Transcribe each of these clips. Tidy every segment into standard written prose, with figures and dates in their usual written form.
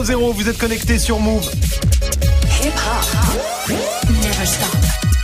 00, vous êtes connectés sur Move. Hip hop, never stop.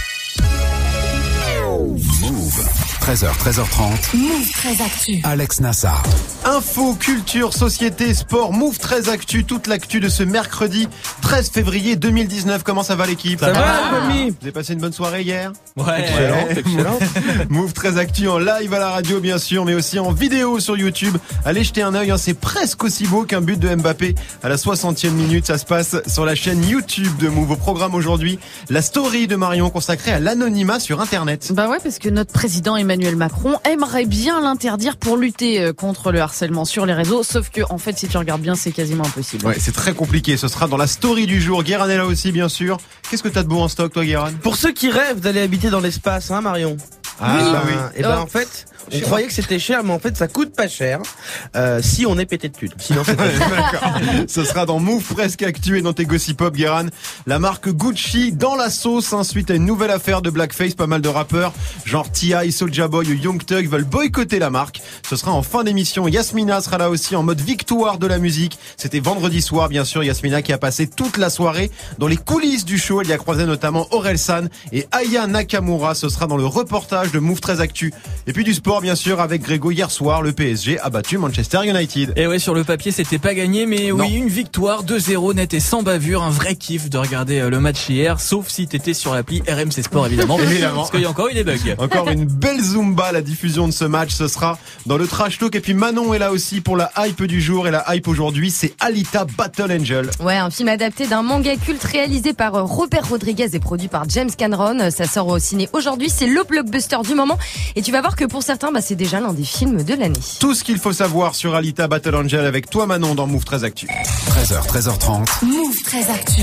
Move. 13h, 13h30. Move 13 Actu. Alex Nassar. Info, culture, société, sport, Move 13 Actu, toute l'actu de ce mercredi 13 février 2019. Comment ça va l'équipe? Ça va, mamie? Vous avez passé une bonne soirée hier? Ouais. Excellent. Move 13 Actu en live à la radio bien sûr, mais aussi en vidéo sur YouTube. Allez jeter un œil, c'est presque aussi beau qu'un but de Mbappé à la 60e minute. Ça se passe sur la chaîne YouTube de Move. Au programme aujourd'hui, la story de Marion consacrée à l'anonymat sur Internet. Bah ouais, parce que notre président Emmanuel Macron aimerait bien l'interdire pour lutter contre le harcèlement sur les réseaux, sauf que en fait si tu regardes bien c'est quasiment impossible. Ouais, c'est très compliqué, ce sera dans la story du jour. Guérin est là aussi bien sûr. Qu'est-ce que t'as de beau en stock toi Guérin? Pour ceux qui rêvent d'aller habiter dans l'espace, hein Marion? Oui. Et ben en fait, on croyait que c'était cher, mais en fait ça coûte pas cher si on est pété de thunes. Sinon c'est pas cher. D'accord. Ce sera dans Move presque Actu et dans tes Gossip Pop, Guérin. La marque Gucci dans la sauce suite à une nouvelle affaire de blackface. Pas mal de rappeurs genre T.I., Soulja Boy ou Young Thug veulent boycotter la marque. Ce sera en fin d'émission. Yasmina sera là aussi en mode victoire de la musique. C'était vendredi soir bien sûr. Yasmina qui a passé toute la soirée dans les coulisses du show. Elle y a croisé notamment Orelsan et Aya Nakamura. Ce sera dans le reportage de Move 13 Actu. Et puis du sport bien sûr avec Grégo. Hier soir le PSG a battu Manchester United. Et ouais, sur le papier c'était pas gagné, mais Non. oui, une victoire 2-0 nette et sans bavure. Un vrai kiff de regarder le match hier, sauf si t'étais sur l'appli RMC Sport évidemment. Parce qu'il y a encore eu des bugs. Encore une belle Zumba, la diffusion de ce match, ce sera dans le Trash Talk. Et puis Manon est là aussi pour la hype du jour. Et la hype aujourd'hui, c'est Alita Battle Angel. Ouais, un film adapté d'un manga culte réalisé par Robert Rodriguez et produit par James Cameron. Ça sort au ciné aujourd'hui, c'est le blockbuster du moment. Et tu vas voir que pour certains, c'est déjà l'un des films de l'année. Tout ce qu'il faut savoir sur Alita Battle Angel avec toi Manon dans Move 13 Actu. 13h, 13h30. Move 13 Actu.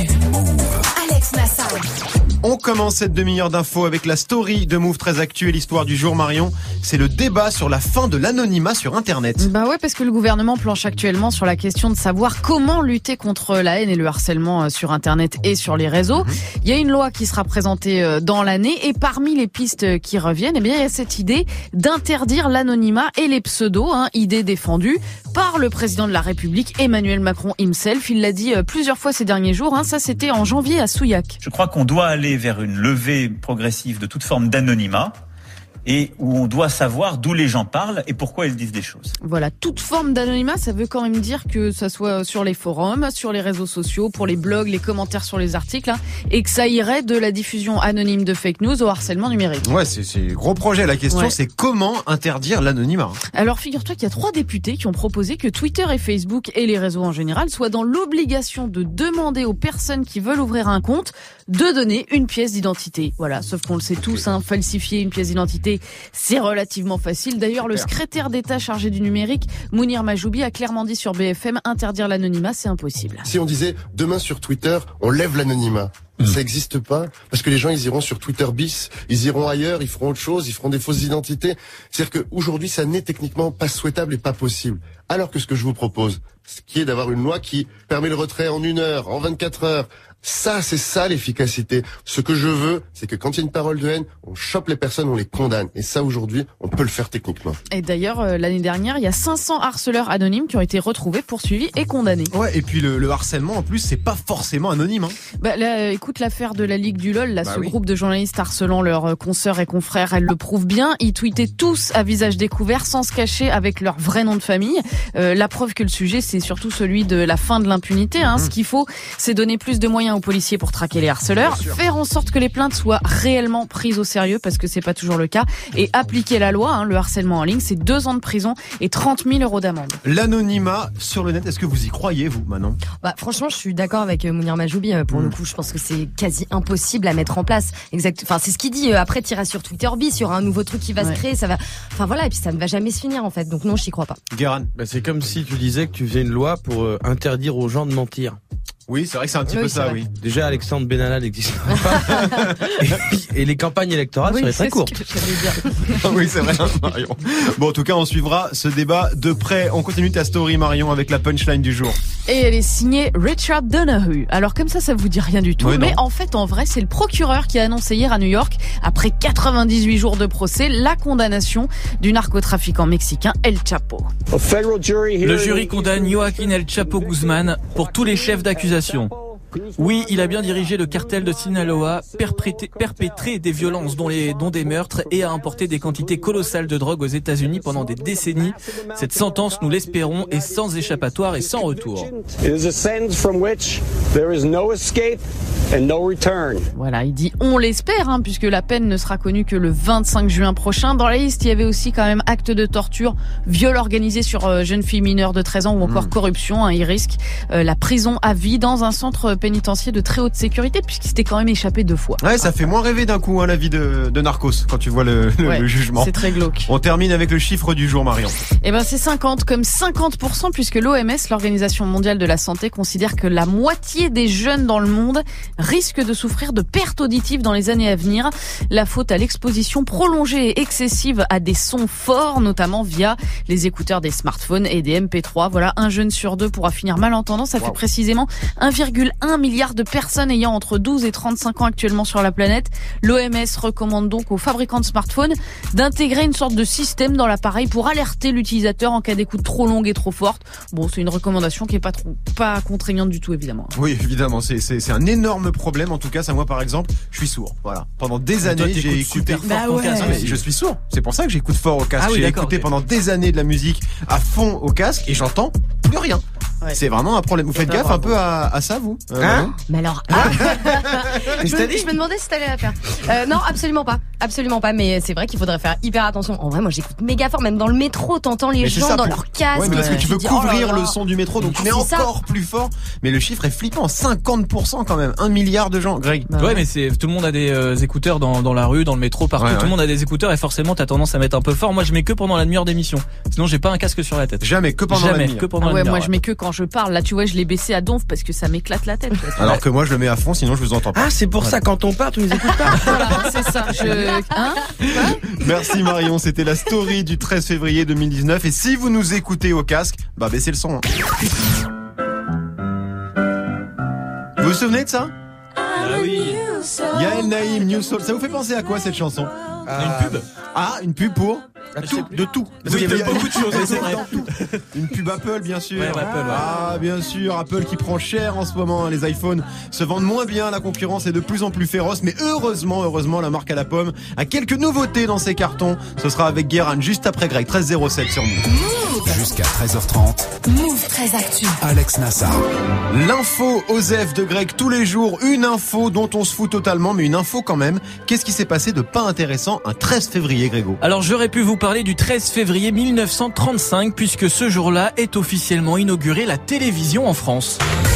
Alex Nassar. On commence cette demi-heure d'infos avec la story de Move 13 Actu et l'histoire du jour Marion. C'est le débat sur la fin de l'anonymat sur Internet. Bah ouais, parce que le gouvernement planche actuellement sur la question de savoir comment lutter contre la haine et le harcèlement sur Internet et sur les réseaux. Il y a une loi qui sera présentée dans l'année et parmi les pistes qui reviennent, eh bien, il y a cette idée d'interdire l'anonymat et les pseudos, idée défendue par le président de la République, Emmanuel Macron himself. Il l'a dit plusieurs fois ces derniers jours, ça c'était en janvier à Souillac. Je crois qu'on doit aller vers une levée progressive de toute forme d'anonymat et où on doit savoir d'où les gens parlent et pourquoi ils disent des choses. Voilà, toute forme d'anonymat, ça veut quand même dire que ça soit sur les forums, sur les réseaux sociaux, pour les blogs, les commentaires sur les articles, et que ça irait de la diffusion anonyme de fake news au harcèlement numérique. Ouais, c'est gros projet. La question, c'est comment interdire l'anonymat. Alors, figure-toi qu'il y a 3 députés qui ont proposé que Twitter et Facebook et les réseaux en général soient dans l'obligation de demander aux personnes qui veulent ouvrir un compte de donner une pièce d'identité. Voilà, sauf qu'on le sait tous, falsifier une pièce d'identité, c'est relativement facile. D'ailleurs, le secrétaire d'État chargé du numérique, Mounir Majoubi, a clairement dit sur BFM, interdire l'anonymat, c'est impossible. Si on disait, demain sur Twitter, on lève l'anonymat, ça n'existe pas, parce que les gens, ils iront sur Twitter bis, ils iront ailleurs, ils feront autre chose, ils feront des fausses identités. C'est-à-dire qu'aujourd'hui, ça n'est techniquement pas souhaitable et pas possible. Alors que ce que je vous propose, ce qui est d'avoir une loi qui permet le retrait en 1 heure, en 24 heures, ça, c'est ça l'efficacité. Ce que je veux, c'est que quand il y a une parole de haine, on chope les personnes, on les condamne. Et ça, aujourd'hui, on peut le faire techniquement. Et d'ailleurs, l'année dernière, il y a 500 harceleurs anonymes qui ont été retrouvés, poursuivis et condamnés. Ouais, et puis le harcèlement, en plus, c'est pas forcément anonyme. Bah là, écoute l'affaire de la Ligue du LOL, là, groupe de journalistes harcelant leurs consoeurs et confrères, elle le prouve bien. Ils tweetaient tous à visage découvert, sans se cacher, avec leur vrai nom de famille. La preuve que le sujet, c'est surtout celui de la fin de l'impunité. Ce qu'il faut, c'est donner plus de moyens aux policiers pour traquer les harceleurs, faire en sorte que les plaintes soient réellement prises au sérieux, parce que c'est pas toujours le cas, et appliquer la loi. Le harcèlement en ligne, c'est 2 ans de prison et 30 000 € d'amende. L'anonymat sur le net, est-ce que vous y croyez, vous, Manon? Franchement, je suis d'accord avec Mounir Majoubi. Pour le coup, je pense que c'est quasi impossible à mettre en place. Enfin, c'est ce qu'il dit. Après, t'iras sur Twitter bis, il y aura un nouveau truc qui va se créer, ça va. Enfin voilà, et puis ça ne va jamais se finir en fait. Donc non, j'y crois pas. Guérin. C'est comme si tu disais que tu faisais une loi pour interdire aux gens de mentir. Oui, c'est vrai que c'est un petit peu ça, oui. Déjà, Alexandre Benalla n'existe pas. et les campagnes électorales seraient très courtes. Oui, c'est vrai, Marion. Bon, en tout cas, on suivra ce débat de près. On continue ta story, Marion, avec la punchline du jour. Et elle est signée Richard Donahue. Alors comme ça vous dit rien du tout. Oui, mais en fait, en vrai, c'est le procureur qui a annoncé hier à New York, après 98 jours de procès, la condamnation du narcotrafiquant mexicain El Chapo. Le jury condamne Joaquín El Chapo Guzmán pour tous les chefs d'accusation. Oui, il a bien dirigé le cartel de Sinaloa, perpétré des violences dont des meurtres et a importé des quantités colossales de drogue aux États-Unis pendant des décennies. Cette sentence, nous l'espérons, est sans échappatoire et sans retour. Voilà, il dit on l'espère, puisque la peine ne sera connue que le 25 juin prochain. Dans la liste, il y avait aussi quand même acte de torture, viol organisé sur jeune fille mineure de 13 ans ou encore corruption. Il risque la prison à vie dans un centre pénitentiaire de très haute sécurité, puisqu'il s'était quand même échappé 2 fois. Ouais, ça fait moins rêver d'un coup, la vie de Narcos, quand tu vois le jugement. C'est très glauque. On termine avec le chiffre du jour, Marion. C'est 50, comme 50%, puisque l'OMS, l'Organisation mondiale de la santé, considère que la moitié des jeunes dans le monde risquent de souffrir de pertes auditives dans les années à venir. La faute à l'exposition prolongée et excessive à des sons forts, notamment via les écouteurs des smartphones et des MP3. Voilà, 1 jeune sur 2 pourra finir malentendant. Ça fait précisément 1,1 milliard de personnes ayant entre 12 et 35 ans actuellement sur la planète. L'OMS recommande donc aux fabricants de smartphones d'intégrer une sorte de système dans l'appareil pour alerter l'utilisateur en cas d'écoute trop longue et trop forte. Bon, c'est une recommandation qui est pas contraignante du tout, évidemment. Oui, évidemment, c'est un énorme problème. En tout cas, ça, moi, par exemple, je suis sourd. Voilà. Pendant des années, j'ai écouté fort au casque. Mais je suis sourd. C'est pour ça que j'écoute fort au casque. Ah oui, j'ai écouté pendant des années de la musique à fond au casque et j'entends plus rien. Ouais. C'est vraiment un problème. Vous faites gaffe un peu à ça, vous Mais alors, je me demandais si t'allais la faire. Non, absolument pas. Mais c'est vrai qu'il faudrait faire hyper attention. En vrai, moi, j'écoute méga fort. Même dans le métro, t'entends les gens dans leur casque. Ouais, mais parce que tu veux couvrir le son du métro, donc tu mets encore plus fort. Mais le chiffre est flippant, 50% quand même, 1 milliard de gens, Greg. Ouais, mais tout le monde a des écouteurs dans la rue, dans le métro, partout. Tout le monde a des écouteurs et forcément, t'as tendance à mettre un peu fort. Moi, je mets que pendant la demi-heure d'émission. Sinon, j'ai pas un casque sur la tête. Jamais, que pendant la demi-heure. Ouais, moi, je mets que quand je parle. Là, tu vois, je l'ai baissé à donf parce que ça m'éclate la tête. Alors que moi, je le mets à fond, sinon je vous entends pas. Ah, c'est pour ça, quand on parle, tu nous écoutes pas. Voilà, c'est ça. Merci Marion, c'était la story du 13 février 2019. Et si vous nous écoutez au casque, baissez le son. Vous vous souvenez de ça? Ah oui. Yael Naïm, New Soul. Ça vous fait penser à quoi cette chanson? Une pub. Ah, une pub pour de tout. Oui, de beaucoup de choses, c'est vrai. Une pub Apple, bien sûr. Ouais, Apple, ouais. Ah, bien sûr, Apple qui prend cher en ce moment. Les iPhones se vendent moins bien, la concurrence est de plus en plus féroce. Mais heureusement, la marque à la pomme a quelques nouveautés dans ses cartons. Ce sera avec Guérin juste après Greg, 13h07 sur Move. Jusqu'à 13h30. Move 13 Actu. Alex Nassar. L'info Osef de Greg tous les jours. Une info dont on se fout totalement, mais une info quand même. Qu'est-ce qui s'est passé de pas intéressant un 13 février, Grégo? Alors j'aurais pu vous parler du 13 février 1935 puisque ce jour-là est officiellement inaugurée la télévision en France.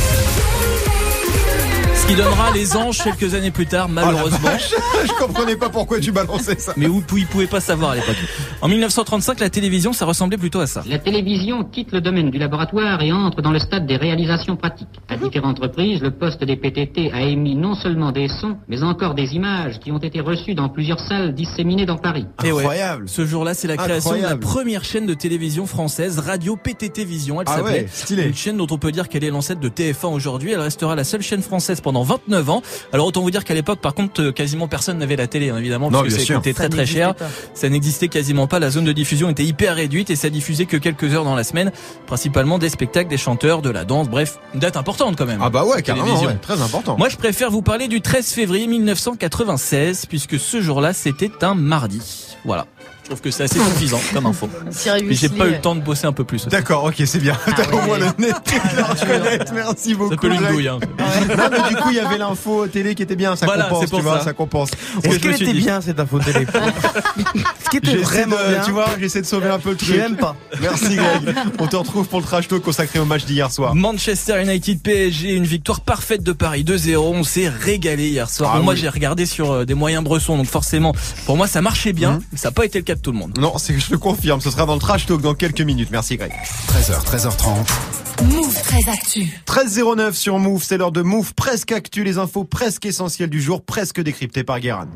Ce qui donnera les anges quelques années plus tard, malheureusement. Je comprenais pas pourquoi tu balançais ça. Mais ils pouvaient pas savoir à l'époque. En 1935, la télévision, ça ressemblait plutôt à ça. La télévision quitte le domaine du laboratoire et entre dans le stade des réalisations pratiques. À différentes reprises, le poste des PTT a émis non seulement des sons, mais encore des images qui ont été reçues dans plusieurs salles disséminées dans Paris. Incroyable. Ouais, ce jour-là, c'est la création de la première chaîne de télévision française, Radio PTT Vision. Elle s'appelait. Stylé. Une chaîne dont on peut dire qu'elle est l'ancêtre de TF1 aujourd'hui. Elle restera la seule chaîne française pendant 29 ans. Alors autant vous dire qu'à l'époque, par contre, quasiment personne n'avait la télé, évidemment, parce que ça coûtait très cher. Ça n'existait quasiment pas. La zone de diffusion était hyper réduite et ça diffusait que quelques heures dans la semaine, principalement des spectacles, des chanteurs, de la danse, bref, une date importante quand même. Ah bah ouais, carrément, ouais, très important. Moi, je préfère vous parler du 13 février 1996, puisque ce jour-là, c'était un mardi. Voilà. Je trouve que c'est assez suffisant comme info. Mais j'ai pas eu le temps de bosser un peu plus. D'accord, ok, c'est bien. T'as au moins le nez de la reconnaître. Merci beaucoup. Ça peut une douille, hein. Non, mais du coup, il y avait l'info télé qui était bien. Ça compense, tu vois, ça compense. Est-ce qu'elle était bien, cette info télé? Ce qui était vraiment bien. Tu vois, j'essaie de sauver un peu le truc. J'aime pas. Merci, Greg. On te retrouve pour le trash talk consacré au match d'hier soir. Manchester United PSG, une victoire parfaite de Paris 2-0. On s'est régalé hier soir. Moi, j'ai regardé sur des moyens bressons, donc forcément, pour moi, ça marchait bien. Ça n'a pas été le cas de tout le monde. Non, je te confirme, ce sera dans le trash talk dans quelques minutes. Merci Greg. 13h30. Move 13 Actu. 13h09 sur Move, c'est l'heure de Move presque Actu, les infos presque essentielles du jour, presque décryptées par Guérin.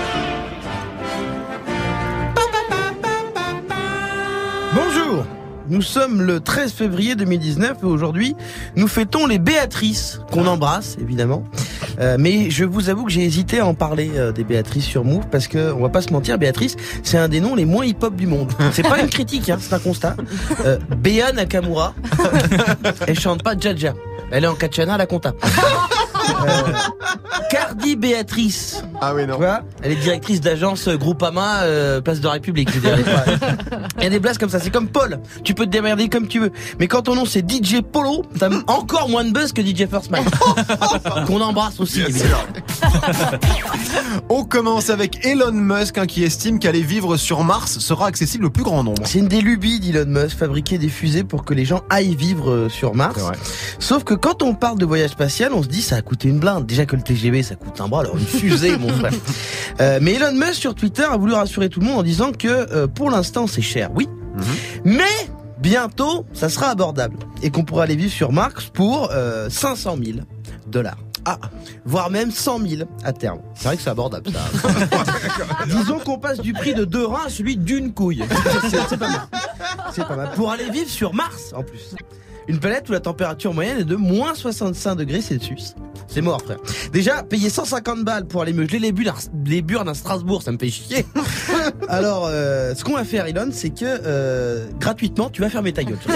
Bonjour. Nous sommes le 13 février 2019 et aujourd'hui, nous fêtons les Béatrices, qu'on embrasse évidemment. Mais je vous avoue que j'ai hésité à en parler des Béatrices sur Move parce que on va pas se mentir, Béatrice, c'est un des noms les moins hip-hop du monde. C'est pas une critique, hein, c'est un constat. Béa Nakamura, elle chante pas Jaja, elle est en Katchana à la compta. Cardi Béatrice. Ah oui, non. Tu vois, elle est directrice d'agence Groupama, place de la République. Je dirais. Il y a des places comme ça. C'est comme Paul. Tu peux te démerder comme tu veux. Mais quand ton nom c'est DJ Polo, t'as encore moins de buzz que DJ First Mike. Qu'on embrasse aussi. On commence avec Elon Musk qui estime qu'aller vivre sur Mars sera accessible au plus grand nombre. C'est une des lubies d'Elon Musk, fabriquer des fusées pour que les gens aillent vivre sur Mars. Sauf que quand on parle de voyage spatial, on se dit ça a coûté une blinde. Déjà que le TGV ça coûte un bras, alors une fusée mon frère. Mais Elon Musk sur Twitter a voulu rassurer tout le monde en disant que pour l'instant c'est cher, oui. Mais bientôt ça sera abordable et qu'on pourra aller vivre sur Mars pour 500 000 $. Ah, voire même 100 000 à terme. C'est vrai que c'est abordable ça. Disons qu'on passe du prix de 2 reins à celui d'une couille. C'est pas mal. C'est pas mal. Pour aller vivre sur Mars en plus. Une planète où la température moyenne est de moins 65 degrés Celsius. C'est mort, frère. Déjà, payer 150 balles pour aller me geler les burnes à Strasbourg, ça me fait chier. Alors, ce qu'on va faire, Elon, c'est que gratuitement, tu vas fermer ta gueule.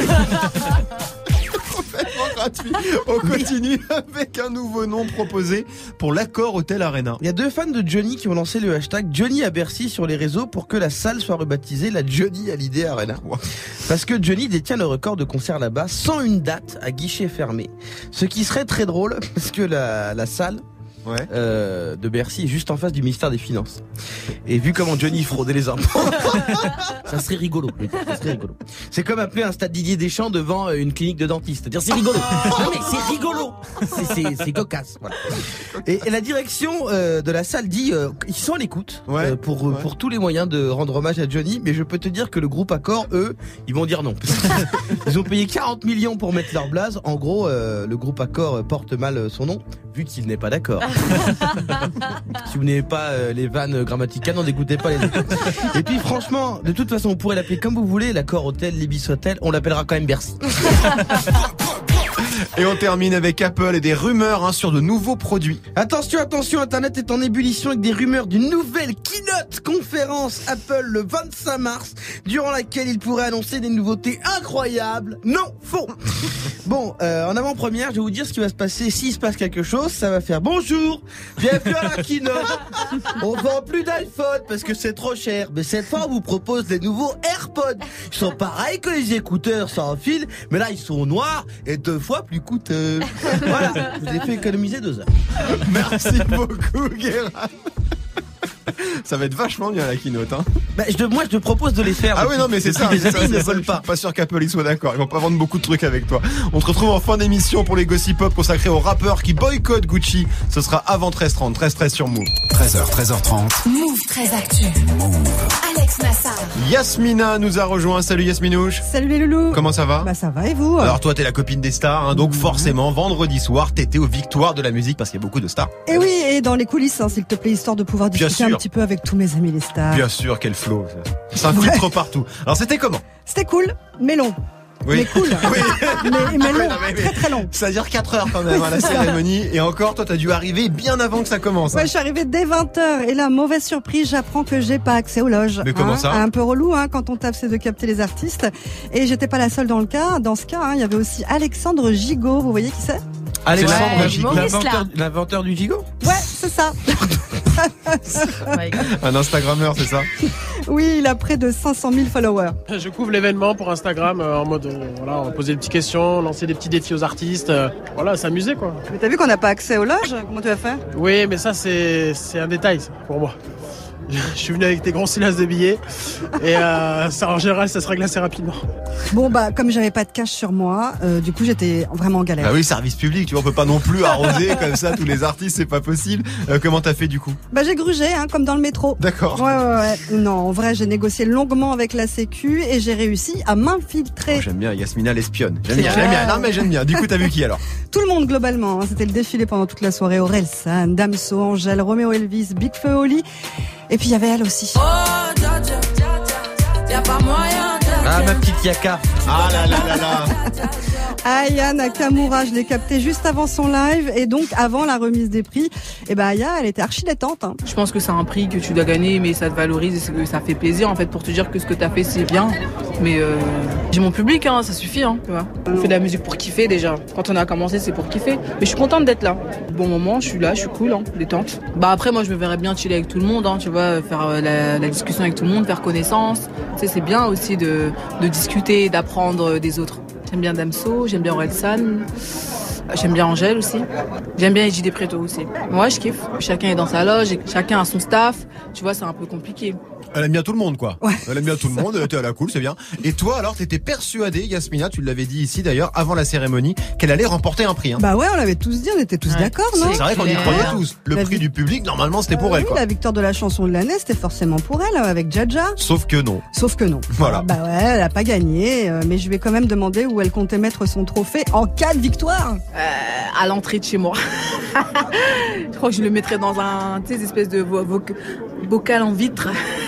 Gratuit. On continue avec un nouveau nom proposé pour l'Accor Hotel Arena. Il y a 2 fans de Johnny qui ont lancé le hashtag Johnny à Bercy sur les réseaux pour que la salle soit rebaptisée la Johnny Hallyday Arena. Parce que Johnny détient le record de concert là-bas sans une date à guichet fermé. Ce qui serait très drôle parce que la salle de Bercy est juste en face du ministère des Finances. Et vu comment Johnny fraudait les impôts, ça serait rigolo. Ça serait rigolo. C'est comme appeler un stade Didier Deschamps devant une clinique de dentiste. C'est-à-dire c'est rigolo. Non mais c'est rigolo. C'est cocasse. Voilà. Et la direction de la salle dit ils sont à l'écoute pour tous les moyens de rendre hommage à Johnny. Mais je peux te dire que le groupe Accor, eux, ils vont dire non. Ils ont payé 40 millions pour mettre leur blase. En gros, le groupe Accor porte mal son nom vu qu'il n'est pas d'accord. Si vous n'avez pas les vannes grammaticales, n'en dégoûtez pas les autres. Et puis franchement, de toute façon, on pourrait l'appeler comme vous voulez, l'Accor Hotel, l'Ibis Hotel, on l'appellera quand même Bercy. Et on termine avec Apple et des rumeurs sur de nouveaux produits. Attention, Internet est en ébullition avec des rumeurs d'une nouvelle keynote conférence Apple le 25 mars, durant laquelle il pourrait annoncer des nouveautés incroyables. Non, faux. Bon, en avant-première, je vais vous dire ce qui va se passer s'il se passe quelque chose. Ça va faire bonjour, bienvenue à la keynote. On vend plus d'iPhone parce que c'est trop cher. Mais cette fois, on vous propose les nouveaux AirPods. Ils sont pareils que les écouteurs sans fil, mais là, ils sont noirs et 2 fois plus coûteux. Voilà, je vous ai fait économiser 2 heures. Merci beaucoup, Guérin. Ça va être vachement bien la keynote, hein. Moi, je te propose de les faire. Ah oui, non, mais c'est ça. Des années, ils ne veulent pas. Je suis pas sûr qu'Apple y soit d'accord. Ils vont pas vendre beaucoup de trucs avec toi. On te retrouve en fin d'émission pour les Gossip Pop consacrés aux rappeurs qui boycottent Gucci. Ce sera avant 13h30. 13h13 sur Move. 13h, 13h30. Move 13 Actu. Move. Alex Nassar. Yasmina nous a rejoint. Salut Yasminouche. Salut les loulous. Comment ça va? Bah ça va et vous? Alors toi t'es la copine des stars, hein, donc forcément vendredi soir t'étais aux victoires de la musique parce qu'il y a beaucoup de stars. Et oui, et dans les coulisses, hein, s'il te plaît, histoire de pouvoir discuter un petit peu avec tous mes amis les stars. Bien sûr, quel flow. C'est un filtre partout. Alors c'était comment? C'était cool, mais long. Oui. Mais cool. Oui. mais long, très très long. C'est-à-dire 4 heures quand même à la cérémonie. Et encore, toi, t'as dû arriver bien avant que ça commence. Ouais, je suis arrivée dès 20h. Et là, mauvaise surprise, j'apprends que j'ai pas accès aux loges. Mais comment ça? Un peu relou, quand on tape, c'est de capter les artistes. Et j'étais pas la seule dans le cas. Dans ce cas, il y avait aussi Alexandre Gigot. Vous voyez qui c'est? Alexandre Gigot. L'inventeur du Gigot? Ouais, c'est ça. Un Instagrammeur, c'est ça? Oui, il a près de 500 000 followers. Je couvre l'événement pour Instagram en mode, on posait des petites questions, lancer des petits défis aux artistes, s'amuser quoi. Mais t'as vu qu'on n'a pas accès aux loges? Comment tu vas faire? Oui, mais ça c'est un détail pour moi. Je suis venu avec des gros silas de billets et ça, en général ça se règle assez rapidement. Bon comme j'avais pas de cash sur moi, du coup j'étais vraiment en galère. Ah oui, service public, tu vois, on peut pas non plus arroser comme ça tous les artistes, c'est pas possible. Comment t'as fait du coup? J'ai grugé, comme dans le métro. D'accord. Ouais. Non, en vrai j'ai négocié longuement avec la Sécu et j'ai réussi à m'infiltrer. J'aime bien, Yasmina l'espionne. J'aime bien. Non mais j'aime bien. Du coup t'as vu qui alors? Tout le monde globalement, C'était le défilé pendant toute la soirée. Orelsan, Damso, Angèle, Roméo Elvis, Big Feu Oli. Et puis il y avait elle aussi. Oh, y'a pas moyen de Ah, ma petite Yaka. Ah là là là là. Aya Nakamura, je l'ai capté juste avant son live et donc avant la remise des prix. Et ben Aya, elle était archi détente. Hein. Je pense que c'est un prix que tu dois gagner, mais ça te valorise et ça fait plaisir en fait pour te dire que ce que t'as fait c'est bien. Mais j'ai mon public, hein, ça suffit. Hein, tu vois. On fait de la musique pour kiffer déjà. Quand on a commencé, c'est pour kiffer. Mais je suis contente d'être là. Bon moment, je suis là, je suis cool, hein, détente. Bah après, moi je me verrais bien chiller avec tout le monde, hein, tu vois, faire la discussion avec tout le monde, faire connaissance. Tu sais, c'est bien aussi de discuter, d'apprendre des autres. J'aime bien Damso, j'aime bien Orelsan, j'aime bien Angèle aussi. J'aime bien Eji Preto aussi. Moi, je kiffe. Chacun est dans sa loge, chacun a son staff. Tu vois, c'est un peu compliqué. Elle aime bien tout le monde, quoi. Ouais. Elle aime bien tout le monde, elle était à la cool, c'est bien. Et toi, alors, t'étais persuadée, Yasmina, tu l'avais dit ici d'ailleurs, avant la cérémonie, qu'elle allait remporter un prix. Hein. Bah ouais, on l'avait tous dit, on était tous d'accord, non? C'est vrai qu'on y croyait tous. Le prix du public, normalement, c'était pour elle, quoi. La victoire de la chanson de l'année, c'était forcément pour elle, avec Jaja. Sauf que non. Voilà. Bah ouais, elle a pas gagné, mais je vais quand même demander où elle comptait mettre son trophée en cas de victoire. À l'entrée de chez moi. Je crois que je le mettrais dans un, tu sais, espèce de bocal en vitre.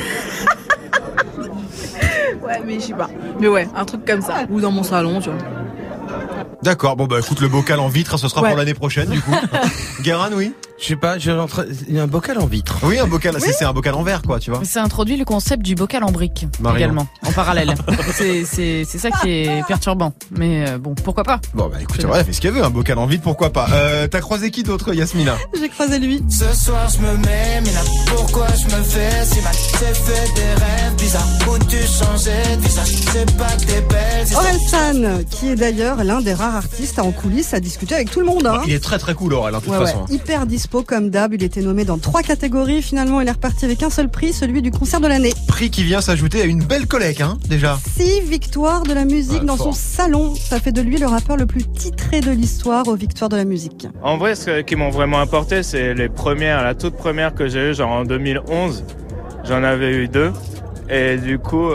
Ouais, mais je sais pas. Mais ouais, un truc comme ça. Ou dans mon salon, tu vois. D'accord, bon bah écoute, le bocal en vitre, ce sera pour l'année prochaine, du coup. Guérin, oui? Je sais pas, il y a un bocal en vitre. Oui, un bocal, c'est un bocal en verre, quoi, tu vois. C'est introduit le concept du bocal en brique, également, en parallèle. c'est ça qui est perturbant. Mais bon, pourquoi pas? Bon bah écoute, ouais, fait ce qu'elle veut, un bocal en vitre, pourquoi pas. T'as croisé qui d'autre, Yasmina? J'ai croisé lui. Ce soir je me mets, mais là pourquoi je me fais si mal? J'ai fait des rêves bizarres où tu changeais de visage. C'est pas que t'es belle. Orelsan, qui est d'ailleurs l'un des rares artistes en coulisses à discuter avec tout le monde. Hein. Il est très très cool, Aurel, de toute façon. Ouais. Hyper dispo comme d'hab, il était nommé dans 3 catégories. Finalement, il est reparti avec un seul prix, celui du concert de l'année. Prix qui vient s'ajouter à une belle collecte, hein, déjà. 6 victoires de la musique dans son salon. Ça fait de lui le rappeur le plus titré de l'histoire aux victoires de la musique. En vrai, ce qui m'ont vraiment apporté, c'est la toute première que j'ai eue, genre en 2011. J'en avais eu 2. Et du coup,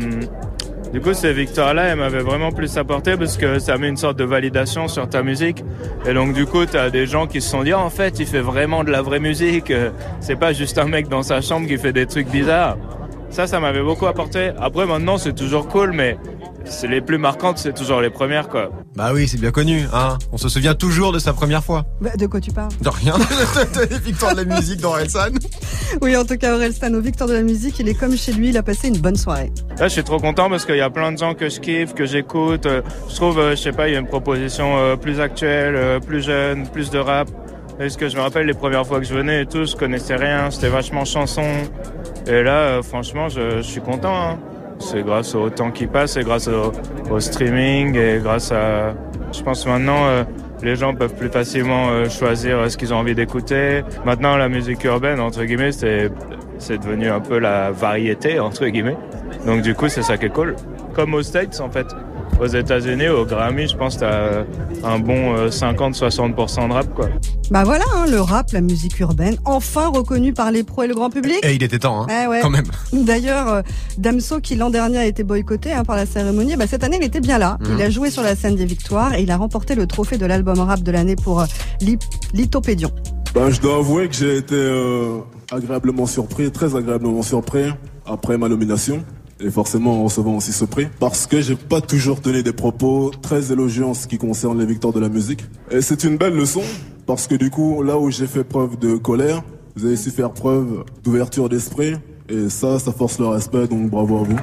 ces victoires-là, elles m'avaient vraiment plus apporté parce que ça met une sorte de validation sur ta musique. Et donc, du coup, t'as des gens qui se sont dit, en fait, il fait vraiment de la vraie musique. C'est pas juste un mec dans sa chambre qui fait des trucs bizarres. Ça m'avait beaucoup apporté. Après, maintenant, c'est toujours cool, mais c'est les plus marquantes, c'est toujours les premières, quoi. Bah oui, c'est bien connu, hein. On se souvient toujours de sa première fois. Bah, de quoi tu parles? De rien. Les victoires de la musique d'Orelsan. Oui, en tout cas, Orelsan, aux victoires de la musique, il est comme chez lui, il a passé une bonne soirée. Là, je suis trop content parce qu'il y a plein de gens que je kiffe, que j'écoute. Je trouve, je sais pas, il y a une proposition plus actuelle, plus jeune, plus de rap. Parce que je me rappelle les premières fois que je venais et tout, je connaissais rien, c'était vachement chanson. Et là, franchement, je suis content, hein. C'est grâce au temps qui passe et grâce au streaming et grâce à... Je pense maintenant, les gens peuvent plus facilement choisir ce qu'ils ont envie d'écouter. Maintenant, la musique urbaine, entre guillemets, c'est devenu un peu la variété, entre guillemets. Donc du coup, c'est ça qui est cool. Comme aux States, en fait. Aux États-Unis, au Grammy, je pense que t'as un bon 50-60% de rap, quoi. Bah voilà, hein, le rap, la musique urbaine, enfin reconnu par les pros et le grand public. Et il était temps, hein, ouais. Quand même. D'ailleurs, Damso, qui l'an dernier a été boycotté par la cérémonie, bah cette année, il était bien là. Il a joué sur la scène des victoires et il a remporté le trophée de l'album rap de l'année pour Lithopédion. Ben, je dois avouer que j'ai été agréablement surpris, très agréablement surpris après ma nomination. Et forcément en recevant aussi ce prix, parce que j'ai pas toujours tenu des propos très élogieux en ce qui concerne les victoires de la musique. Et c'est une belle leçon, parce que du coup, là où j'ai fait preuve de colère, vous avez su faire preuve d'ouverture d'esprit, et ça force le respect, donc bravo à vous.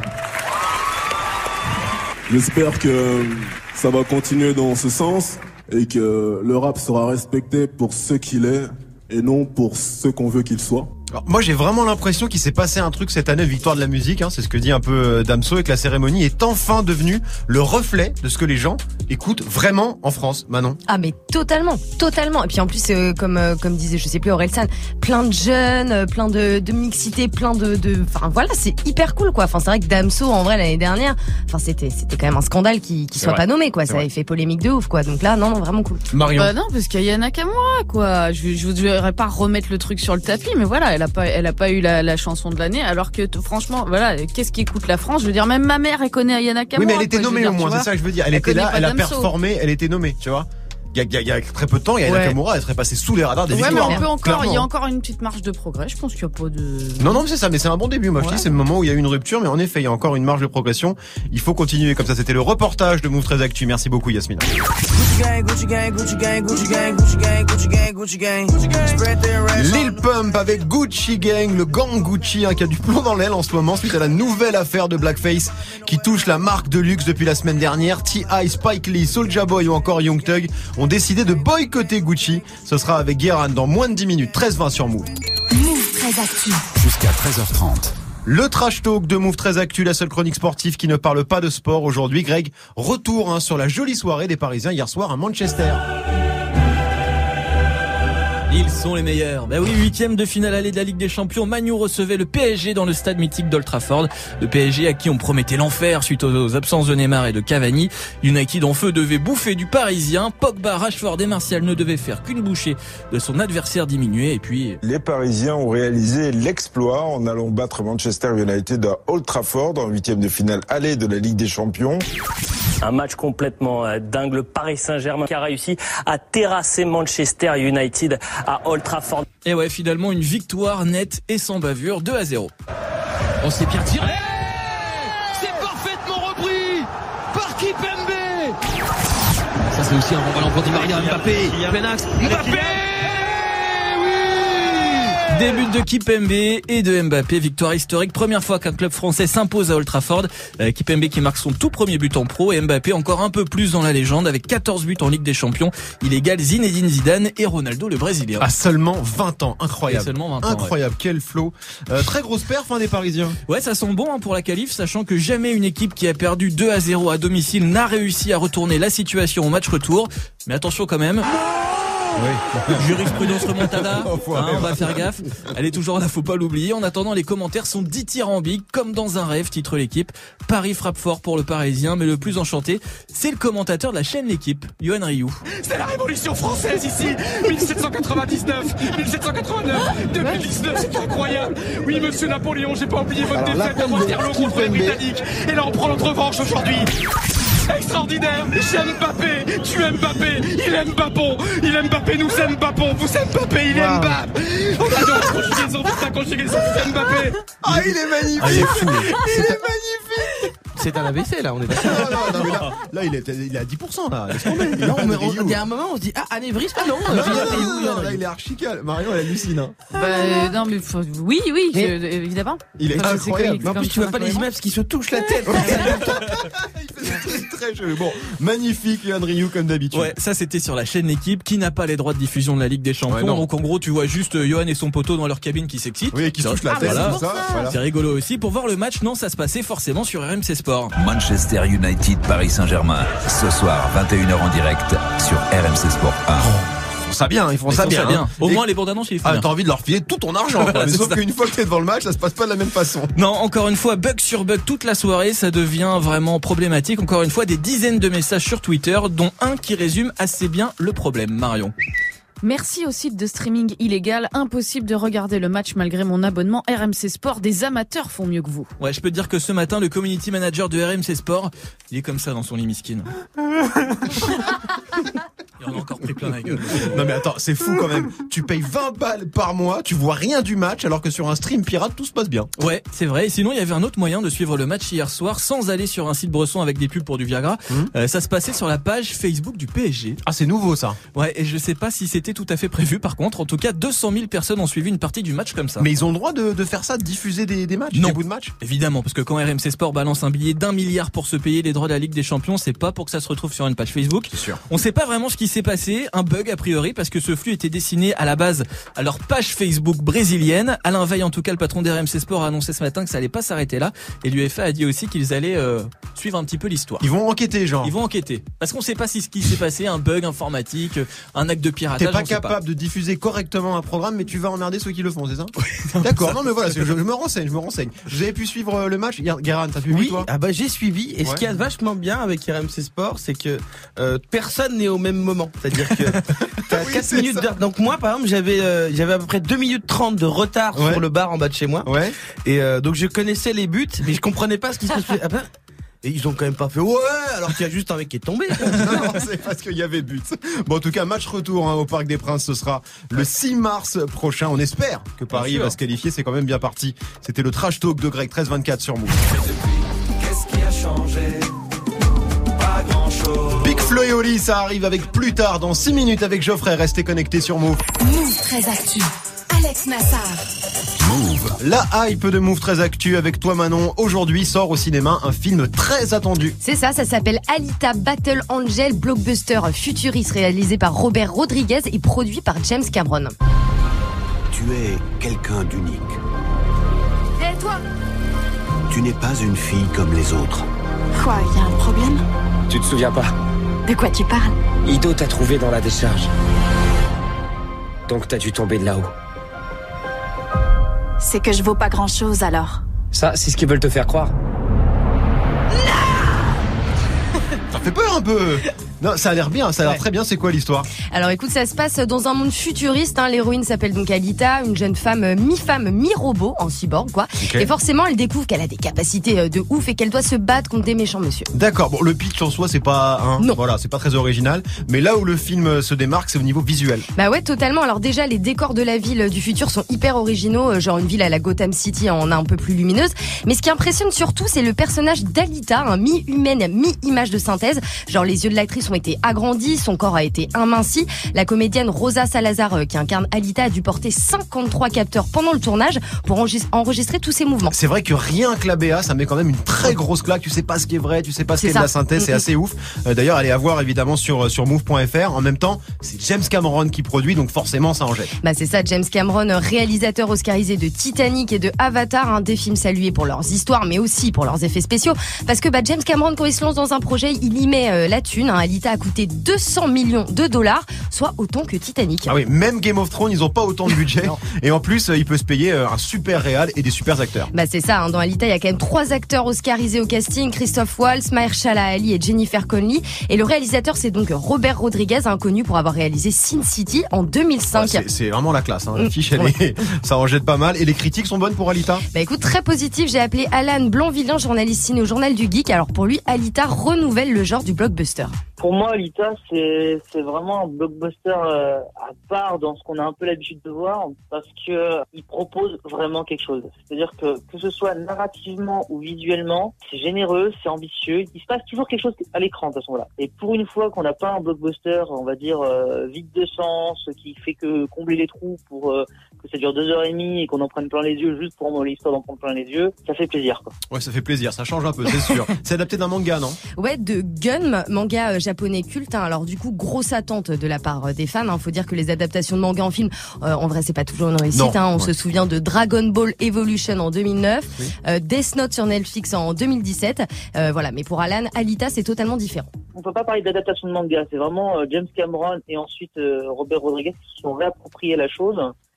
J'espère que ça va continuer dans ce sens, et que le rap sera respecté pour ce qu'il est, et non pour ce qu'on veut qu'il soit. Alors, moi j'ai vraiment l'impression qu'il s'est passé un truc cette année, victoire de la musique, hein, c'est ce que dit un peu Damso, et que la cérémonie est enfin devenue le reflet de ce que les gens écoutent vraiment en France. Manon? Ah mais totalement. Et puis en plus, comme disait, je sais plus, Orelsan, plein de jeunes, plein de mixité, plein de, enfin voilà, c'est hyper cool, quoi. Enfin c'est vrai que Damso, en vrai, l'année dernière, enfin c'était quand même un scandale qu'il soit pas nommé, quoi. Ça avait fait polémique de ouf, quoi. Donc là, non, vraiment cool. Marion? Bah non, parce qu'il y a Nakamura, quoi. Je voudrais pas remettre le truc sur le tapis, mais voilà, elle a pas eu la chanson de l'année, alors que franchement, voilà, qu'est-ce qui écoute la France? Je veux dire, même ma mère, elle connaît Aya Nakamura. Oui, mais elle était nommée au moins, c'est ça que je veux dire. Elle était là, elle a performé, elle était nommée, tu vois. Il y a très peu de temps, il y a Nakamura, elle serait passée sous les radars des victoires. Ouais, mais on peut encore, il y a encore une petite marge de progrès. Je pense qu'il n'y a pas de... Non, mais c'est ça, mais c'est un bon début. Moi, je dis, c'est le moment où il y a eu une rupture, mais en effet, il y a encore une marge de progression. Il faut continuer comme ça. C'était le reportage de Move 13 Actu. Merci beaucoup, Yasmina. Lil Pump avec Gucci Gang, le gang Gucci, qui a du plomb dans l'aile en ce moment suite à la nouvelle affaire de Blackface qui touche la marque de luxe depuis la semaine dernière. T.I., Spike Lee, Soulja Boy ou encore Young Thug ont décidé de boycotter Gucci. Ce sera avec Guéran dans moins de 10 minutes. 13-20 sur Move. Move 13 Actu. Jusqu'à 13h30. Le trash talk de Move 13 Actu, la seule chronique sportive qui ne parle pas de sport aujourd'hui. Greg, retour sur la jolie soirée des Parisiens hier soir à Manchester. Ils sont les meilleurs. Ben oui, 8e de finale allée de la Ligue des Champions. Man U recevait le PSG dans le stade mythique d'Old Trafford. Le PSG à qui on promettait l'enfer suite aux absences de Neymar et de Cavani. United en feu devait bouffer du Parisien. Pogba, Rashford et Martial ne devaient faire qu'une bouchée de son adversaire diminué. Et puis... Les Parisiens ont réalisé l'exploit en allant battre Manchester United à Old Trafford en 8e de finale allée de la Ligue des Champions. Un match complètement dingue. Le Paris Saint-Germain qui a réussi à terrasser Manchester United à Old Trafford. Et ouais, finalement une victoire nette et sans bavure, 2-0. On s'est bien tiré. C'est parfaitement repris par Kipembe. Ça c'est aussi un bon ballon pour Di Maria. Mbappé. Penax. Mbappé. Des buts de Kipembe et de Mbappé, victoire historique, première fois qu'un club français s'impose à Old Trafford. Kipembe qui marque son tout premier but en pro et Mbappé encore un peu plus dans la légende avec 14 buts en Ligue des Champions. Il égale Zinedine Zidane et Ronaldo le Brésilien. À seulement 20 ans, incroyable. Seulement 20 ans, incroyable, quel flow. Très grosse perf des Parisiens. Ouais, ça sent bon pour la qualif, sachant que jamais une équipe qui a perdu 2-0 à domicile n'a réussi à retourner la situation au match retour. Mais attention quand même. Oui. Jurisprudence remontada, on va faire gaffe. Elle est toujours là, faut pas l'oublier. En attendant, les commentaires sont dithyrambiques, comme dans un rêve, titre l'équipe. Paris frappe fort pour le Parisien, mais le plus enchanté, c'est le commentateur de la chaîne L'équipe, Yohan Rioux. C'est la Révolution française ici, 1799, 1789, 2019, c'est incroyable. Oui, monsieur Napoléon, j'ai pas oublié votre défaite à Waterloo contre les Britanniques. Et là, on prend notre revanche aujourd'hui. Extraordinaire, j'aime Mbappé, tu aimes Mbappé, il aime Mbappé, il aime Mbappé, nous aime Mbappé, vous aime Mbappé, il aime Mbappé. On adore conjugaison, c'est Mbappé. Ah, il est magnifique. Ah, il est fou. Il est magnifique. C'est un AVC là, on est d'accord. Non, mais là, il est à 10%, là. Non, mais il y a un moment, on se dit, anévrisme, non. Là, il est archi calme. Marion, elle hallucine. Non, mais oui, évidemment. Il est incroyable. En plus, tu vois pas les images qui se touchent la tête. Il fait très joli. Bon, magnifique, Yohan Rioux, comme d'habitude. Ouais, ça, c'était sur la chaîne L'équipe, qui n'a pas les droits de diffusion de la Ligue des Champions. Donc, en gros, tu vois juste Yohan et son poteau dans leur cabine qui s'excitent. Oui, qui se touchent la tête. C'est rigolo aussi. Pour voir le match, non, ça se passait forcément sur RMC Sport. Manchester United, Paris Saint-Germain. Ce soir, 21h en direct sur RMC Sport 1. Ils font ça bien. Au moins, les bandes annonces, ils font bien. T'as envie de leur filer tout ton argent. Mais sauf qu'une fois que t'es devant le match, ça se passe pas de la même façon. Non, encore une fois, bug sur bug toute la soirée, ça devient vraiment problématique. Encore une fois, des dizaines de messages sur Twitter, dont un qui résume assez bien le problème. Marion. Merci au site de streaming illégal. Impossible de regarder le match malgré mon abonnement RMC Sport. Des amateurs font mieux que vous. Ouais, je peux te dire que ce matin, le community manager de RMC Sport, il est comme ça dans son lit miskin. Il en a encore pris plein la gueule. Non mais attends, c'est fou quand même. Tu payes 20 balles par mois, tu vois rien du match, alors que sur un stream pirate, tout se passe bien. Ouais, c'est vrai. Et sinon, il y avait un autre moyen de suivre le match hier soir sans aller sur un site bresson avec des pubs pour du Viagra. Ça se passait sur la page Facebook du PSG. Ah, c'est nouveau ça. Ouais, et je sais pas si c'était tout à fait prévu par contre. En tout cas, 200 000 personnes ont suivi une partie du match comme ça. Mais ils ont le droit de faire ça, de diffuser des matchs, des bouts de match? Évidemment, parce que quand RMC Sport balance un billet d'1 milliard pour se payer les droits de la Ligue des Champions, c'est pas pour que ça se retrouve sur une page Facebook. C'est sûr. On sait pas vraiment ce qui s'est passé, un bug a priori, parce que ce flux était destiné à la base à leur page Facebook brésilienne. Alain Veil, en tout cas le patron d'RMC Sport, a annoncé ce matin que ça allait pas s'arrêter là. Et l'UEFA a dit aussi qu'ils allaient suivre un petit peu l'histoire. Ils vont enquêter, genre. Ils vont enquêter. Parce qu'on sait pas si ce qui s'est passé, un bug informatique, un acte de piratage. T'es pas capable de diffuser correctement un programme, mais tu vas emmerder ceux qui le font, c'est ça? D'accord, non mais voilà, je me renseigne. Vous avez pu suivre le match? Guéran, t'as suivi toi? Ah bah j'ai suivi, et ce qui est vachement bien avec RMC Sport, c'est que personne n'est au même moment. C'est-à-dire que t'as 4 minutes d'heure. Donc moi par exemple j'avais à peu près 2 minutes 30 de retard sur le bar en bas de chez moi. Ouais. Et donc je connaissais les buts, mais je comprenais pas ce qui se passait. Et ils ont quand même pas fait ouais, alors qu'il y a juste un mec qui est tombé. Non, c'est parce qu'il y avait but. Bon, en tout cas, match retour au Parc des Princes, ce sera le 6 mars prochain. On espère que Paris va se qualifier, c'est quand même bien parti. C'était le trash talk de Greg, 13-24 sur Move. Qu'est-ce qui a changé? Pas grand-chose. Big Flo et Oli, ça arrive avec plus tard dans 6 minutes avec Geoffrey. Restez connectés sur Move. Move 13 Actu. Alex Nassar. Move. La hype de Move 13 Actu avec toi Manon. Aujourd'hui sort au cinéma un film très attendu. C'est ça s'appelle Alita Battle Angel, blockbuster futuriste réalisé par Robert Rodriguez et produit par James Cameron. Tu es quelqu'un d'unique. Et toi? Tu n'es pas une fille comme les autres. Quoi, y a un problème? Tu te souviens pas? De quoi tu parles? Ido t'a trouvé dans la décharge. Donc t'as dû tomber de là-haut. C'est que je vaux pas grand-chose alors. Ça, c'est ce qu'ils veulent te faire croire. Ça fait peur un peu. Non, ça a l'air bien, ça a l'air très bien. C'est quoi l'histoire? Alors écoute, ça se passe dans un monde futuriste. L'héroïne s'appelle donc Alita, une jeune femme mi-robot, en cyborg quoi. Okay. Et forcément, elle découvre qu'elle a des capacités de ouf et qu'elle doit se battre contre des méchants monsieur. D'accord. Bon, le pitch en soi, c'est pas voilà, c'est pas très original. Mais là où le film se démarque, c'est au niveau visuel. Bah ouais, totalement. Alors déjà, les décors de la ville du futur sont hyper originaux. Genre une ville à la Gotham City en un peu plus lumineuse. Mais ce qui impressionne surtout, c'est le personnage d'Alita, mi-humaine, mi-image de synthèse. Genre les yeux de l'actrice ont été agrandis, son corps a été aminci. La comédienne Rosa Salazar, qui incarne Alita, a dû porter 53 capteurs pendant le tournage pour enregistrer tous ses mouvements. C'est vrai que rien que la BA, ça met quand même une très grosse claque. Tu sais pas ce qui est vrai, tu sais pas ce qui est de la synthèse, c'est assez ouf. D'ailleurs, allez à voir évidemment sur move.fr. En même temps, c'est James Cameron qui produit, donc forcément ça en jette. Bah c'est ça, James Cameron, réalisateur oscarisé de Titanic et de Avatar, des films salués pour leurs histoires, mais aussi pour leurs effets spéciaux. Parce que James Cameron, quand il se lance dans un projet, il y met la thune. Alita a coûté 200 millions de dollars, soit autant que Titanic. Ah oui, même Game of Thrones, ils ont pas autant de budget. Et en plus, il peut se payer un super réal et des super acteurs. Bah c'est ça, dans Alita, il y a quand même 3 acteurs oscarisés au casting, Christophe Waltz, Mahershala Ali et Jennifer Connelly. Et le réalisateur, c'est donc Robert Rodriguez, connu pour avoir réalisé Sin City en 2005. Ah, c'est vraiment la classe, la fiche, ça en jette pas mal. Et les critiques sont bonnes pour Alita? Bah écoute, très positif. J'ai appelé Alan Blanc-Villain, journaliste ciné au Journal du Geek. Alors pour lui, Alita renouvelle le genre du blockbuster. Pour moi, Alita, c'est vraiment un blockbuster à part dans ce qu'on a un peu l'habitude de voir, parce que il propose vraiment quelque chose. C'est-à-dire que ce soit narrativement ou visuellement, c'est généreux, c'est ambitieux. Il se passe toujours quelque chose à l'écran de toute façon là. Et pour une fois qu'on n'a pas un blockbuster, on va dire vide de sens, qui fait que combler les trous pour que ça dure 2h30 et qu'on en prenne plein les yeux juste pour l'histoire d'en prendre plein les yeux, ça fait plaisir quoi. Ouais, ça fait plaisir, ça change un peu, c'est sûr. C'est adapté d'un manga, non? Ouais, de Gun, manga japonais culte. Alors du coup, grosse attente de la part des fans. Faut dire que les adaptations de manga en film, en vrai, c'est pas toujours une réussite. On se souvient de Dragon Ball Evolution en 2009, Death Note sur Netflix en 2017. Voilà, mais pour Alan, Alita, c'est totalement différent. On peut pas parler d'adaptation de manga. C'est vraiment James Cameron et ensuite Robert Rodriguez qui sont réappropriés la chose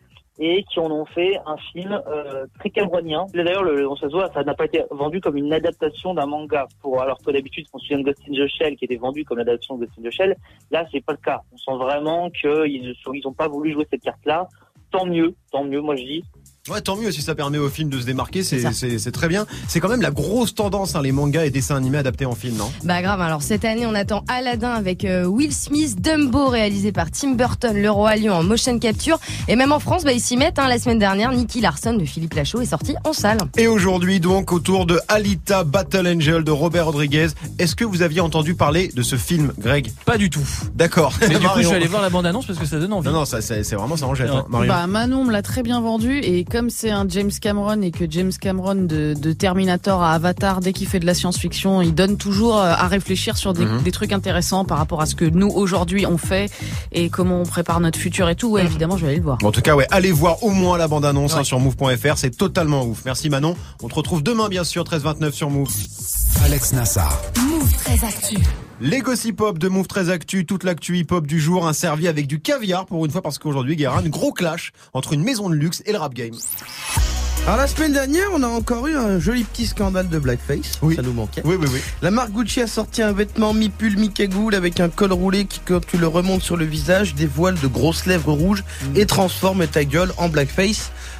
et qui en ont fait un film très cameronien. D'ailleurs, on se voit, ça n'a pas été vendu comme une adaptation d'un manga. Alors que d'habitude, on se souvient de Ghost in the Shell qui était vendu comme l'adaptation de Ghost in the Shell. Là, c'est pas le cas. On sent vraiment qu'ils ont pas voulu jouer cette carte-là. Tant mieux, moi je dis. Ouais, tant mieux si ça permet au film de se démarquer, c'est très bien. C'est quand même la grosse tendance, les mangas et dessins animés adaptés en film, non? Bah grave, alors cette année on attend Aladdin avec Will Smith, Dumbo réalisé par Tim Burton, Le Roi Lion en motion capture, et même en France, ils s'y mettent. La semaine dernière, Nicky Larson de Philippe Lachaud est sorti en salle. Et aujourd'hui donc, autour de Alita Battle Angel de Robert Rodriguez, est-ce que vous aviez entendu parler de ce film, Greg? Pas du tout. D'accord. Mais du coup, je suis allé voir la bande-annonce parce que ça donne envie. Non, c'est vraiment, ça en jette, Marion. Bah, Manon me l'a très bien vendu, et comme c'est un James Cameron et que James Cameron de Terminator à Avatar, dès qu'il fait de la science-fiction, il donne toujours à réfléchir sur des trucs intéressants par rapport à ce que nous aujourd'hui on fait et comment on prépare notre futur et tout. Ouais, évidemment, je vais aller le voir. En tout cas, allez voir au moins la bande-annonce sur move.fr, c'est totalement ouf. Merci Manon. On te retrouve demain bien sûr 13h29 sur Move. Alex Nassar. Move 13 Actu. Les gossip hop de Move 13 Actu, toute l'actu hip-hop du jour, servi avec du caviar pour une fois, parce qu'aujourd'hui, Guérin, gros clash entre une maison de luxe et le rap game. Alors la semaine dernière, on a encore eu un joli petit scandale de blackface. Ça nous manquait. Oui. La marque Gucci a sorti un vêtement mi-pull, mi-cagoule avec un col roulé qui, quand tu le remontes sur le visage, dévoile de grosses lèvres rouges et transforme ta gueule en blackface.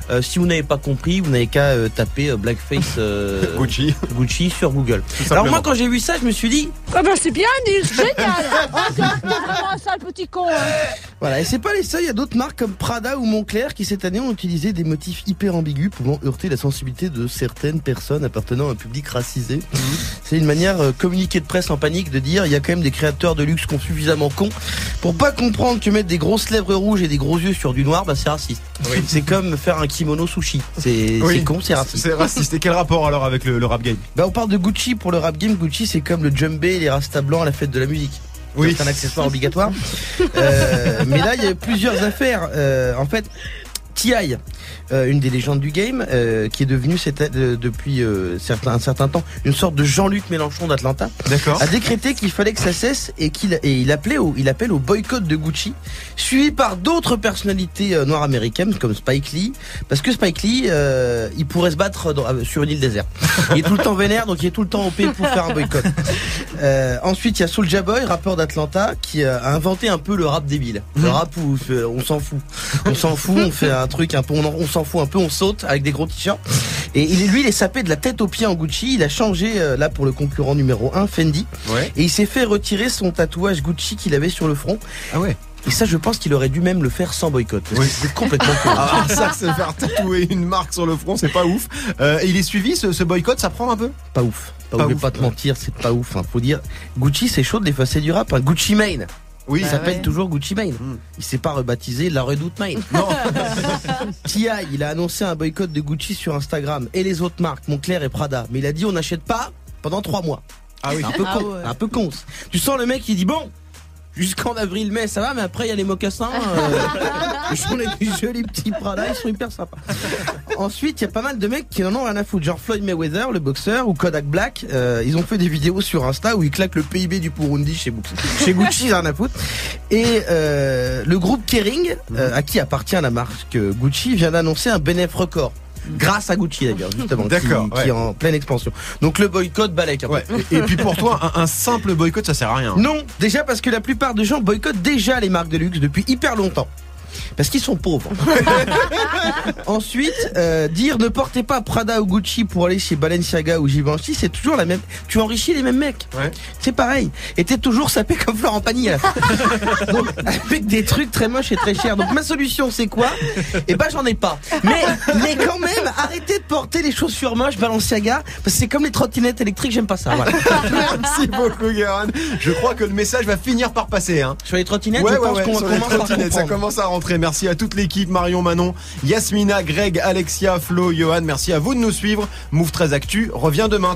Si vous n'avez pas compris, vous n'avez qu'à taper blackface Gucci sur Google. Alors moi quand j'ai vu ça, je me suis dit c'est bien Nils, génial. T'es vraiment un sale petit con. Voilà, et c'est pas les seuls, il y a d'autres marques comme Prada ou Moncler qui cette année ont utilisé des motifs hyper ambigus pouvant heurter la sensibilité de certaines personnes appartenant à un public racisé. C'est une manière communiquée de presse en panique de dire il y a quand même des créateurs de luxe qui sont suffisamment cons pour pas comprendre que mettre des grosses lèvres rouges et des gros yeux sur du noir, c'est raciste. Oui. C'est comme faire un kimono sushi. C'est con, c'est raciste. C'est raciste. Et quel rapport alors avec le rap game? On parle de Gucci pour le rap game. Gucci c'est comme le djembé et les rastas blancs à la fête de la musique. Oui. C'est un accessoire obligatoire. Mais là, il y a plusieurs affaires. En fait, T.I., une des légendes du game, qui est devenue depuis un certain temps une sorte de Jean-Luc Mélenchon d'Atlanta, a décrété qu'il fallait que ça cesse et il appelle au boycott de Gucci, suivi par d'autres personnalités noires américaines comme Spike Lee, parce que Spike Lee, il pourrait se battre sur une île déserte. Il est tout le temps vénère, donc il est tout le temps OP pour faire un boycott. Ensuite, il y a Soulja Boy, rappeur d'Atlanta, qui a inventé un peu le rap débile. Le rap où on s'en fout. On fait un truc un peu, on s'en fout un peu, on saute avec des gros t-shirts. Et lui, il est sapé de la tête aux pieds en Gucci. Il a changé là pour le concurrent numéro 1, Fendi. Ouais. Et il s'est fait retirer son tatouage Gucci qu'il avait sur le front. Ah ouais. Et ça, je pense qu'il aurait dû même le faire sans boycott. Oui. C'est complètement cool. Ah, ça, se faire tatouer une marque sur le front, c'est pas ouf. Et il est suivi, ce boycott, ça prend un peu? Pas ouf. Je vais pas te mentir, c'est pas ouf. Faut dire, Gucci, c'est chaud de l'effacer du rap. Gucci Mane. Oui, il s'appelle toujours Gucci Mane. Il s'est pas rebaptisé La Redoute Mane. Non. T.I., il a annoncé un boycott de Gucci sur Instagram et les autres marques, Moncler et Prada. Mais il a dit on n'achète pas pendant 3 mois. Ah oui. C'est un peu con. Tu sens le mec qui dit bon, jusqu'en avril-mai ça va, mais après il y a les mocassins. On a des jolis petits Prada, ils sont hyper sympas. Ensuite, il y a pas mal de mecs qui en ont rien à foutre, genre Floyd Mayweather, le boxeur, ou Kodak Black. Ils ont fait des vidéos sur Insta où ils claquent le PIB du Burundi chez Gucci, rien à foutre. Et le groupe Kering, à qui appartient la marque Gucci, vient d'annoncer un bénéfice record. Grâce à Gucci d'ailleurs, justement, qui est en pleine expansion. Donc le boycott balèque. Ouais. Et puis pour toi, un simple boycott, ça sert à rien. Non, déjà parce que la plupart des gens boycottent déjà les marques de luxe depuis hyper longtemps. Parce qu'ils sont pauvres. Ensuite, dire ne portez pas Prada ou Gucci pour aller chez Balenciaga ou Givenchy, c'est toujours la même. Tu enrichis les mêmes mecs. Ouais. C'est pareil. Et t'es toujours sapé comme Florent Pagny. Donc, avec des trucs très moches et très chers. Donc ma solution c'est quoi? Eh ben j'en ai pas. Mais quand même, arrêtez de porter les chaussures moches Balenciaga, parce que c'est comme les trottinettes électriques, j'aime pas ça. Voilà. Merci beaucoup Guérin. Je crois que le message va finir par passer. Hein. Sur les trottinettes, je pense qu'on commence par comprendre. Ça commence à rentrer. Merci à toute l'équipe, Marion, Manon, Yasmina, Greg, Alexia, Flo, Johan. Merci à vous de nous suivre. Move 13 Actu revient demain.